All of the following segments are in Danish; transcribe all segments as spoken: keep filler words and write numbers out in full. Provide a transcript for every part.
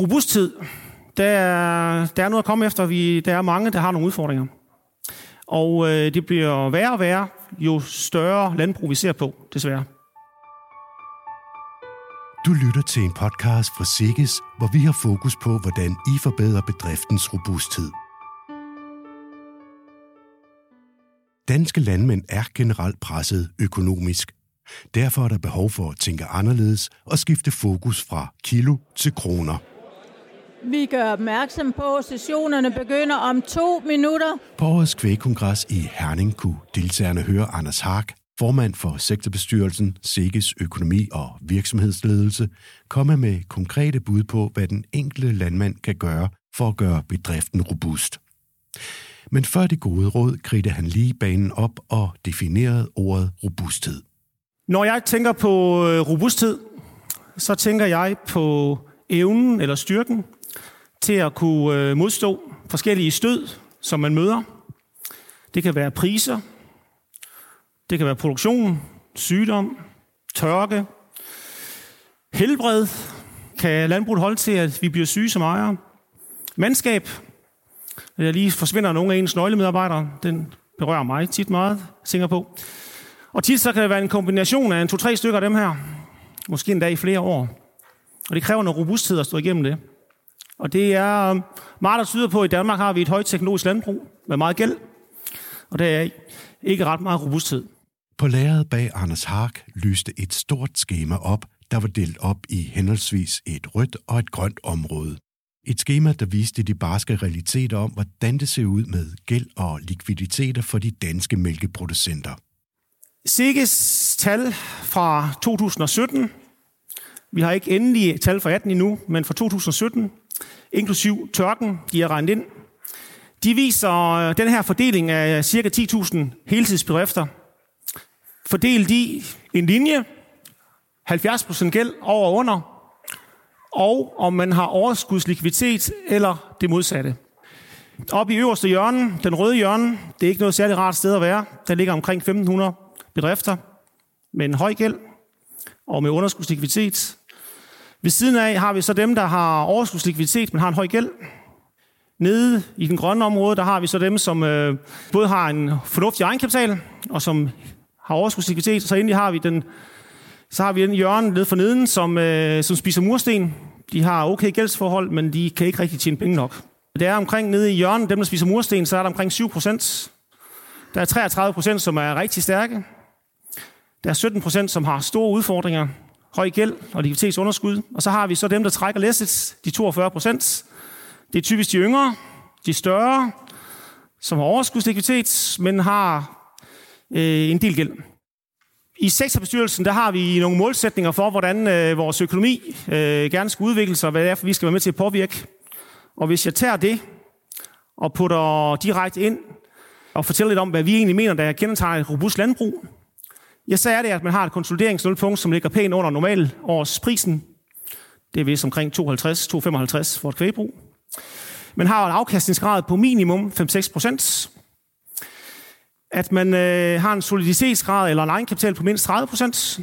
Robusthed. Der er, der er noget at komme efter. Vi, der er mange, der har nogle udfordringer. Og øh, det bliver værre og værre, jo større landbrug vi ser på, desværre. Du lytter til en podcast fra Sikkes, hvor vi har fokus på, hvordan I forbedrer bedriftens robusthed. Danske landmænd er generelt presset økonomisk. Derfor er der behov for at tænke anderledes og skifte fokus fra kilo til kroner. Vi gør opmærksom på, at sessionerne begynder om to minutter. På årets kvægkongres i Herning kunne deltagerne høre Anders Haak, formand for sektorbestyrelsen, Sikkes økonomi og virksomhedsledelse, komme med konkrete bud på, hvad den enkelte landmand kan gøre for at gøre bedriften robust. Men før det gode råd kridte han lige banen op og definerede ordet robusthed. Når jeg tænker på robusthed, så tænker jeg på evnen eller styrken til at kunne modstå forskellige stød, som man møder. Det kan være priser, det kan være produktion, sygdom, tørke, helbred. Kan landbruget holde til, at vi bliver syge som ejere? Mandskab. Der lige forsvinder nogle af ens nøglemedarbejdere. Den berører mig tit meget, tænker på. Og tit så kan det være en kombination af en to-tre stykker af dem her. Måske endda i flere år. Og det kræver noget robusthed at stå igennem det. Og det er meget, der tyder på, at i Danmark har vi et højt teknologisk landbrug med meget gæld. Og der er ikke ret meget robusthed. På lageret bag Anders Haak lyste et stort skema op, der var delt op i henholdsvis et rødt og et grønt område. Et skema, der viste de barske realiteter om, hvordan det ser ud med gæld og likviditeter for de danske mælkeproducenter. Sikkes tal fra to tusind og sytten, vi har ikke endelige tal for atten endnu, men fra to tusind og sytten, inklusiv tørken, de er regnet ind, de viser den her fordeling af ca. ti tusind heltidsbedrifter. Fordelt i en linje, halvfjerds procent gæld over og under, og om man har overskudslikviditet eller det modsatte. Oppe i øverste hjørne, den røde hjørne, det er ikke noget særligt rart sted at være. Der ligger omkring femten hundrede bedrifter med en høj gæld og med underskudslikviditet. Ved siden af har vi så dem, der har overskudslikviditet, men har en høj gæld. Nede i den grønne område, der har vi så dem, som øh, både har en fornuftig egenkapital og som har overskudslikviditet. Så endelig har vi den, så har vi den hjørne nede for neden, som, øh, som spiser mursten. De har okay gældsforhold, men de kan ikke rigtig tjene penge nok. Det er omkring nede i hjørnet, dem der spiser mursten, så er der omkring syv procent. Der er treogtredive procent, som er rigtig stærke. Der er sytten procent, som har store udfordringer, høj gæld og likviditetsunderskud. Og så har vi så dem, der trækker læsset, de toogfyrre procent. Det er typisk de yngre, de større, som har overskudslikviditet, men har øh, en del gæld. I sektorbestyrelsen, der har vi nogle målsætninger for, hvordan øh, vores økonomi øh, gerne skal udvikle sig, og hvad det er, for vi skal være med til at påvirke. Og hvis jeg tager det og putter direkte ind og fortæller lidt om, hvad vi egentlig mener, der kendetegner et robust landbrug, ja, så er det, at man har et konsolideringsnulpunkt, som ligger pænt under normal årsprisen. Det er vist omkring tooghalvtreds til to komma femoghalvtreds for et kvægbrug. Man har en afkastningsgrad på minimum fem til seks procent. At man øh, har en soliditetsgrad eller en egenkapital på mindst tredive procent.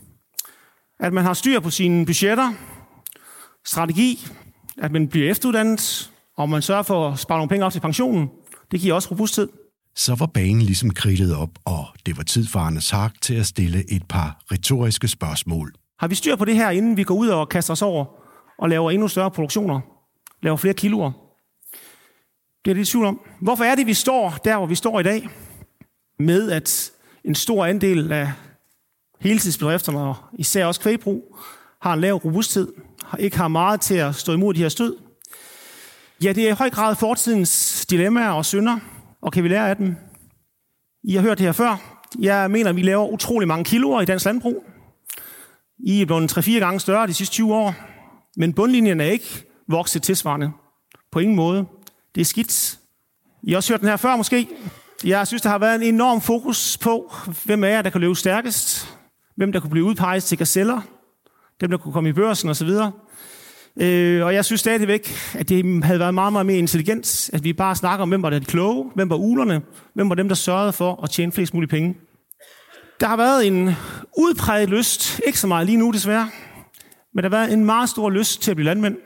At man har styr på sine budgetter, strategi, at man bliver efteruddannet, og man sørger for at spare nogle penge op til pensionen. Det giver også robusthed. Så var banen ligesom kridtet op, og det var tid for Anders Haak til at stille et par retoriske spørgsmål. Har vi styr på det her, inden vi går ud og kaster os over og laver endnu større produktioner? Laver flere kiloer? Det er lidt tvivl om. Hvorfor er det, vi står der, hvor vi står i dag? Med at en stor andel af heltidsbedrifterne, og især også kvægbrug, har en lav robusthed, ikke har meget til at stå imod de her stød. Ja, det er i høj grad fortidens dilemmaer og synder, og kan vi lære af dem? I har hørt det her før. Jeg mener, at vi laver utrolig mange kiloer i dansk landbrug. I er blevet tre-fire gange større de sidste tyve år, men bundlinjen er ikke vokset tilsvarende. På ingen måde. Det er skidt. I har også hørt den her før måske. Jeg synes, der har været en enorm fokus på, hvem er jer, der kan løbe stærkest, hvem der kunne blive udpeget til gazeller, dem, der kunne komme i børsen osv. Øh, og jeg synes stadigvæk, at det havde været meget, meget mere intelligent, at vi bare snakker om, hvem var de kloge, hvem var ulerne, hvem var dem, der sørgede for at tjene flest mulige penge. Der har været en udpræget lyst, ikke så meget lige nu desværre, men der har været en meget stor lyst til at blive landmænd.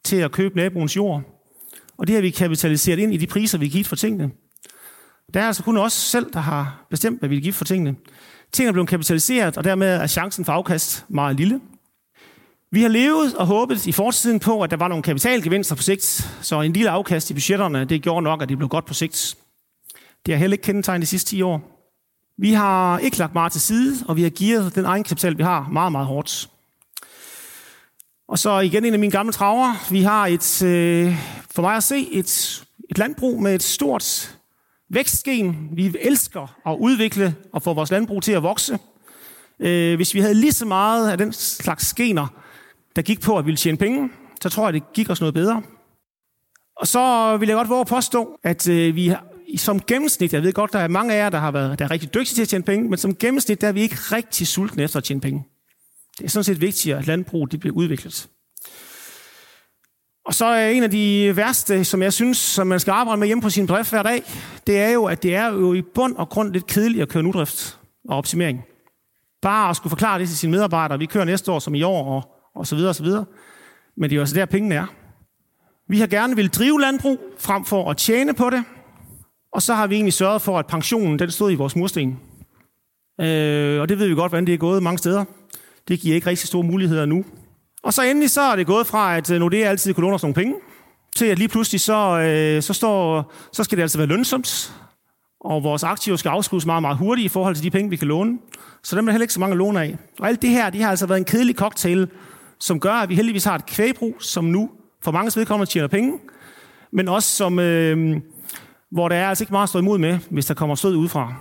til at købe naboens jord. Og det har vi kapitaliseret ind i de priser, vi givet for tingene. Der er altså kun os selv, der har bestemt, hvad vi vil give for tingene. Tingene er blevet kapitaliseret, og dermed er chancen for afkast meget lille. Vi har levet og håbet i fortiden på, at der var nogle kapitalgevinster på sigt, så en lille afkast i budgetterne, det gjorde nok, at det blev godt på sigt. Det har heller ikke kendetegnet de sidste ti år. Vi har ikke lagt meget til side, og vi har gearet den egenkapital, vi har, meget, meget hårdt. Og så igen en af mine gamle traver. Vi har et, øh, for mig at se, et, et landbrug med et stort vækstgen. Vi elsker at udvikle og få vores landbrug til at vokse. Øh, hvis vi havde lige så meget af den slags gener, der gik på at ville tjene penge, så tror jeg, det gik os noget bedre. Og så vil jeg godt våge at påstå, at øh, vi har, som gennemsnit, jeg ved godt, der er mange af jer, der har været der er rigtig dygtige til at tjene penge, men som gennemsnit, der er vi ikke rigtig sultne efter at tjene penge. Det er sådan set vigtigt, at landbruget det bliver udviklet. Og så er en af de værste, som jeg synes, som man skal arbejde med hjemme på sin bedrift hver dag, det er jo, at det er jo i bund og grund lidt kedeligt at køre nudrift og optimering. Bare at skulle forklare det til sine medarbejdere, vi kører næste år som i år, og, og så videre og så videre. Men det er jo altså der, pengene er. Vi har gerne vil drive landbrug, frem for at tjene på det. Og så har vi egentlig sørget for, at pensionen den stod i vores mursten. Øh, og det ved vi godt, hvordan det er gået mange steder. Det giver ikke rigtig store muligheder nu. Og så endelig så er det gået fra, at Nordea altid kunne låne os nogle penge, til at lige pludselig så, øh, så, står, så skal det altså være lønsomt. Og vores aktiver skal afskrives meget, meget hurtigt i forhold til de penge, vi kan låne. Så dem er der heller ikke så mange lån af. Og alt det her, de har altså været en kedelig cocktail, som gør, at vi heldigvis har et kvægbrug, som nu for mange vedkommende tjener penge, men også som, øh, hvor der er altså ikke meget at stå imod med, hvis der kommer stød udefra.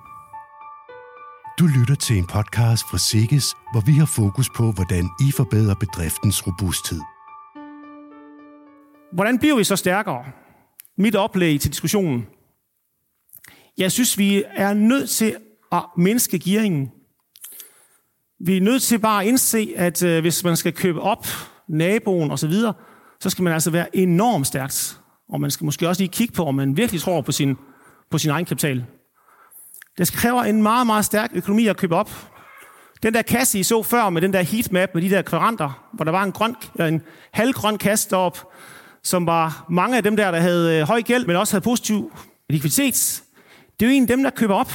Du lytter til en podcast fra SEGES, hvor vi har fokus på, hvordan I forbedrer bedriftens robusthed. Hvordan bliver vi så stærkere? Mit oplæg til diskussionen. Jeg synes, vi er nødt til at mindske gearingen. Vi er nødt til bare at indse, at øh, hvis man skal købe op naboen osv., så, så skal man altså være enormt stærkt. Og man skal måske også lige kigge på, om man virkelig tror på sin, på sin egen kapital. Det kræver en meget, meget stærk økonomi at købe op. Den der kasse, I så før med den der heatmap med de der kvadranter, hvor der var en, grøn, en halvgrøn kasse deroppe, som var mange af dem der, der havde høj gæld, men også havde positiv likviditet. Det er jo en af dem, der køber op.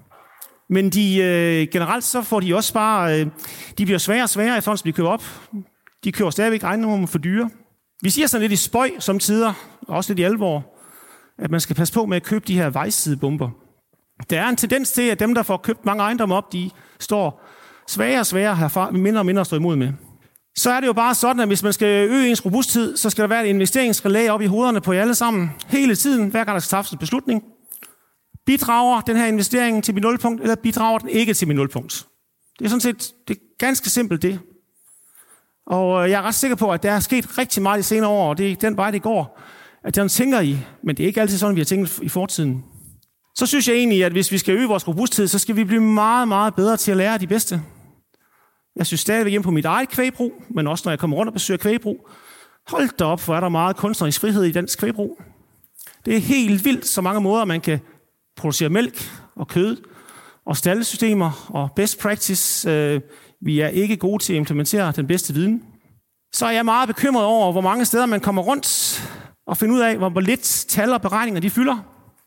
Men de, øh, generelt så får de også bare, øh, de bliver sværere og sværere, i forhold til at de køber op. De køber stadigvæk ejendomme for dyre. Vi siger sådan lidt i spøj som tider, og også lidt i alvor, at man skal passe på med at købe de her vejsidebomber. Der er en tendens til, at dem, der får købt mange ejendomme op, de står sværere og sværere herfra, mindre og mindre at stå imod med. Så er det jo bare sådan, at hvis man skal øge ens robusthed, så skal der være et investeringsrelæ op i hovederne på jer alle sammen, hele tiden, hver gang der skal træffes en beslutning. Bidrager den her investering til mit nulpunkt, eller bidrager den ikke til mit nulpunkt? Det er sådan set det er ganske simpelt det. Og jeg er ret sikker på, at der er sket rigtig meget i senere år, og det er den vej, det går, at den tænker I, men det er ikke altid sådan, vi har tænkt i fortiden. Så synes jeg egentlig, at hvis vi skal øge vores robusthed, så skal vi blive meget, meget bedre til at lære de bedste. Jeg synes stadigvæk hjemme på mit eget kvægbrug, men også når jeg kommer rundt og besøger kvægbrug. Hold da op, hvor er der meget kunstnerisk frihed i dansk kvægbrug. Det er helt vildt, så mange måder, man kan producere mælk og kød og staldesystemer og best practice. Vi er ikke gode til at implementere den bedste viden. Så er jeg meget bekymret over, hvor mange steder man kommer rundt og finder ud af, hvor lidt tal og beregninger de fylder.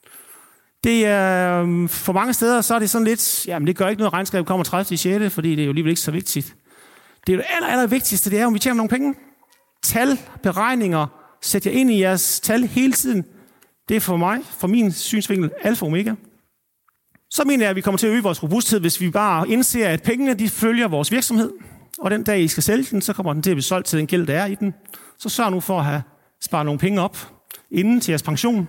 Det er, for mange steder, så er det sådan lidt, jamen det gør ikke noget, regnskab kommer tredivte sjette fordi det er jo alligevel ikke så vigtigt. Det er det aller, aller vigtigste, det er, om vi tjener nogle penge. Tal, beregninger, sæt jer ind i jeres tal hele tiden. Det er for mig, for min synsvinkel, alfa og omega. Så mener jeg, at vi kommer til at øge vores robusthed, hvis vi bare indser, at pengene de følger vores virksomhed. Og den dag, I skal sælge den, så kommer den til at blive solgt til den gæld, der er i den. Så sørg nu for at have sparet nogle penge op inden til jeres pension.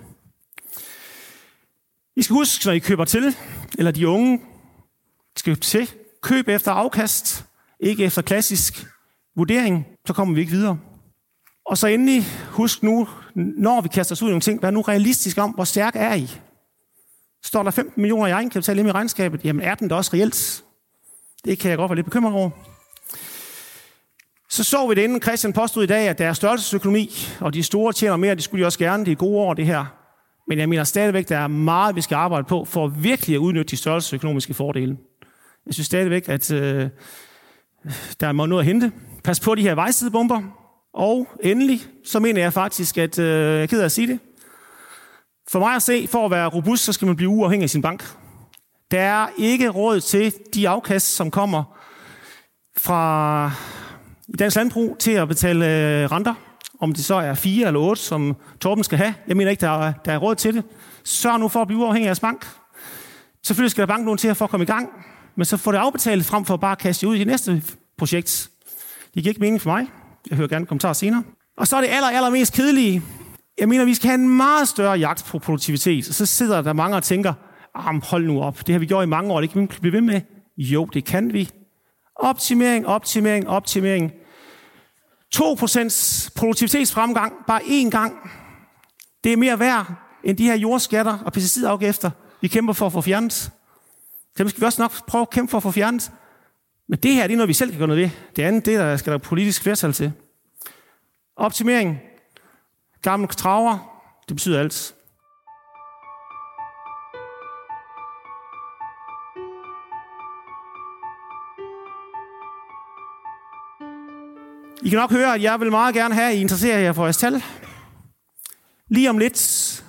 I skal huske, når I køber til, eller de unge skal købe til, køb efter afkast, ikke efter klassisk vurdering, så kommer vi ikke videre. Og så endelig, husk nu, når vi kaster os ud i nogle ting, vær nu realistisk om, hvor stærk er I? Står der femten millioner i egenkapital hjemme i regnskabet, jamen er den da også reelt? Det kan jeg godt være lidt bekymret over. Så så vi det inden Christian påstod i dag, at der er størrelsesøkonomi, og de store tjener mere, det skulle de også gerne, det er gode år det her. Men jeg mener stadigvæk, der er meget, vi skal arbejde på, for virkelig at udnytte de størrelsesøkonomiske fordele. Jeg synes stadigvæk, at øh, der er noget at hente. Pas på de her vejsidebomber. Og endelig, så mener jeg faktisk, at øh, jeg er ked af at sige det. For mig at se, for at være robust, så skal man blive uafhængig af sin bank. Der er ikke råd til de afkast, som kommer fra dansk landbrug til at betale øh, renter. Om det så er fire eller otte, som Torben skal have. Jeg mener ikke, der er, der er råd til det. Sørg nu for at blive uafhængig af jeres bank. Selvfølgelig skal der banken nogen til at få at komme i gang, men så få det afbetalt frem for at bare kaste ud i næste projekt. Det giver ikke mening for mig. Jeg hører gerne kommentarer senere. Og så er det aller, aller mest kedelige. Jeg mener, vi skal have en meget større jagt på produktivitet. Og så sidder der mange og tænker, ah, hold nu op, det har vi gjort i mange år, det kan vi blive ved med. Jo, det kan vi. Optimering, optimering, optimering. to procent produktivitetsfremgang bare én gang. Det er mere værd end de her jordskatter og pesticidafgifter, vi kæmper for at få fjernet. Dem skal vi også nok prøve at kæmpe for at få fjernet. Men det her, det er noget, vi selv kan gøre noget ved. Det andet, det der skal der politisk flertal til. Optimering. Gamle traver. Det betyder alt. I kan nok høre, at jeg vil meget gerne have, at I interesserer jer for jeres tal. Lige om lidt,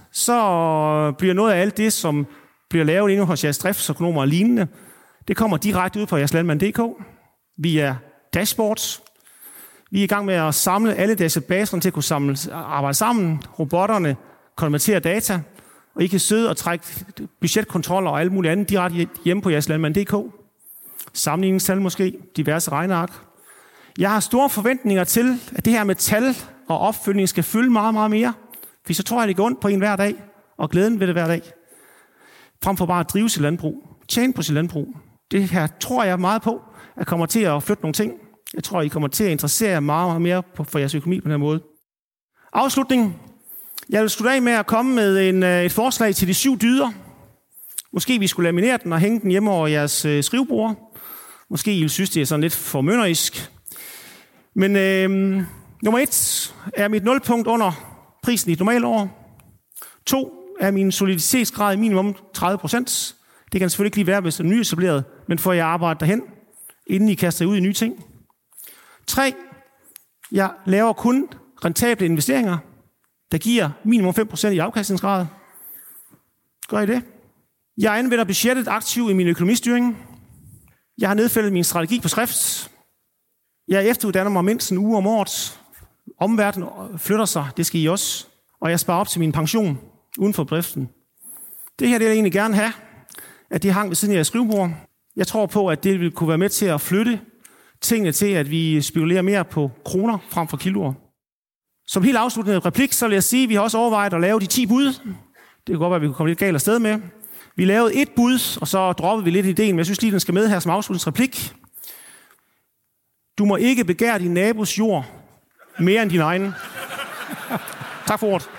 så bliver noget af alt det, som bliver lavet inde hos jeres driftsøkonomer og lignende, det kommer direkte ud på jeres landmand punktum d k via dashboards. Vi er i gang med at samle alle databaserne til at kunne samle, arbejde sammen. Robotterne konverterer data, og I kan sidde og trække budgetkontroller og alt muligt andet direkte hjemme på jeres landmand punktum d k. Sammenligningstal måske, diverse regneark. Jeg har store forventninger til, at det her med tal og opfølgning skal fylde meget, meget mere. For så tror jeg, det går ondt på en hver dag, og glæden ved det hver dag. Frem for bare at drive sit landbrug. Tjene på sit landbrug. Det her tror jeg meget på, at kommer til at flytte nogle ting. Jeg tror, I kommer til at interessere jer meget, meget mere for jeres økonomi på den her måde. Afslutning. Jeg vil slutte af med at komme med en, et forslag til de syv dyder. Måske vi skulle laminere den og hænge den hjemme over jeres øh, skrivebord. Måske I vil synes, det er sådan lidt formynderisk. Men øh, nummer et er mit nulpunkt under prisen i et normalt år. To er min soliditetsgrad minimum tredive procent. Det kan selvfølgelig ikke lige være, hvis det er nyetableret, men får jeg arbejde derhen, inden I kaster ud i nye ting. Tre, jeg laver kun rentable investeringer, der giver minimum fem procent i afkastningsgrad. Gør I det? Jeg anvender budgettet aktivt i min økonomistyring. Jeg har nedfældet min strategi på skrift. Jeg efteruddanner mig mindst en uge om året. Omverdenen flytter sig, det skal I også. Og jeg sparer op til min pension uden for driften. Det her det vil jeg egentlig gerne have, at det hang ved siden af jeres skrivebord. Jeg tror på, at det vil kunne være med til at flytte tingene til, at vi spekulerer mere på kroner frem for kiloer. Som helt afsluttende replik, så vil jeg sige, at vi har også overvejet at lave de ti bud. Det kan godt være, at vi kunne komme lidt galt afsted med. Vi lavede et bud, og så droppede vi lidt ideen, men jeg synes lige, den skal med her som afslutningsreplik. Du må ikke begære din nabos jord mere end din egen. Tak for ordet.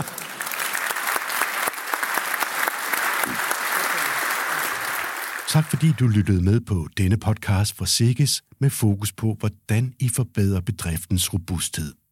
Tak fordi du lyttede med på denne podcast fra SEGES med fokus på, hvordan I forbedrer bedriftens robusthed.